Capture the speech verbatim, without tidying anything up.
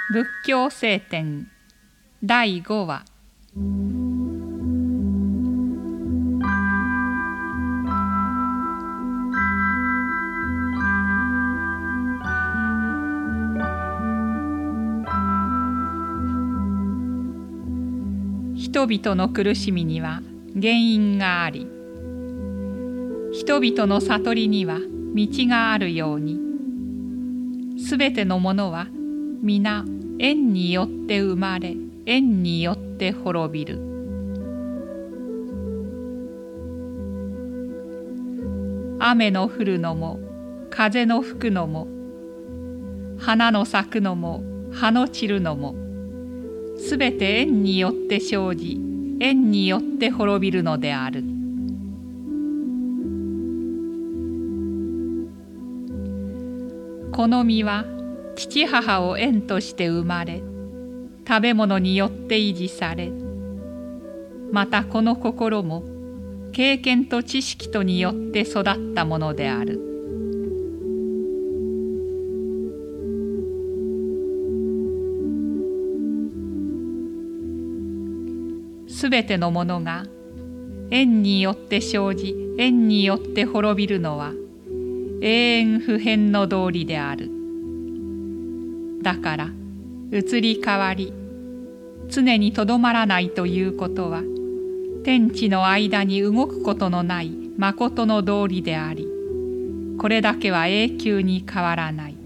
仏教聖典だいごわ。人々の苦しみには原因があり、人々の悟りには道があるように、すべてのものは皆縁によって生まれ、縁によって滅びる。雨の降るのも、風の吹くのも、花の咲くのも、葉の散るのも、すべて縁によって生じ、縁によって滅びるのである。この実は父母を縁として生まれ、食べ物によって維持され、またこの心も経験と知識とによって育ったものである。すべてのものが縁によって生じ、縁によって滅びるのは永遠不変の道理である。だから移り変わり、常にとどまらないということは、天地の間に動くことのないまことの道理であり、これだけは永久に変わらない。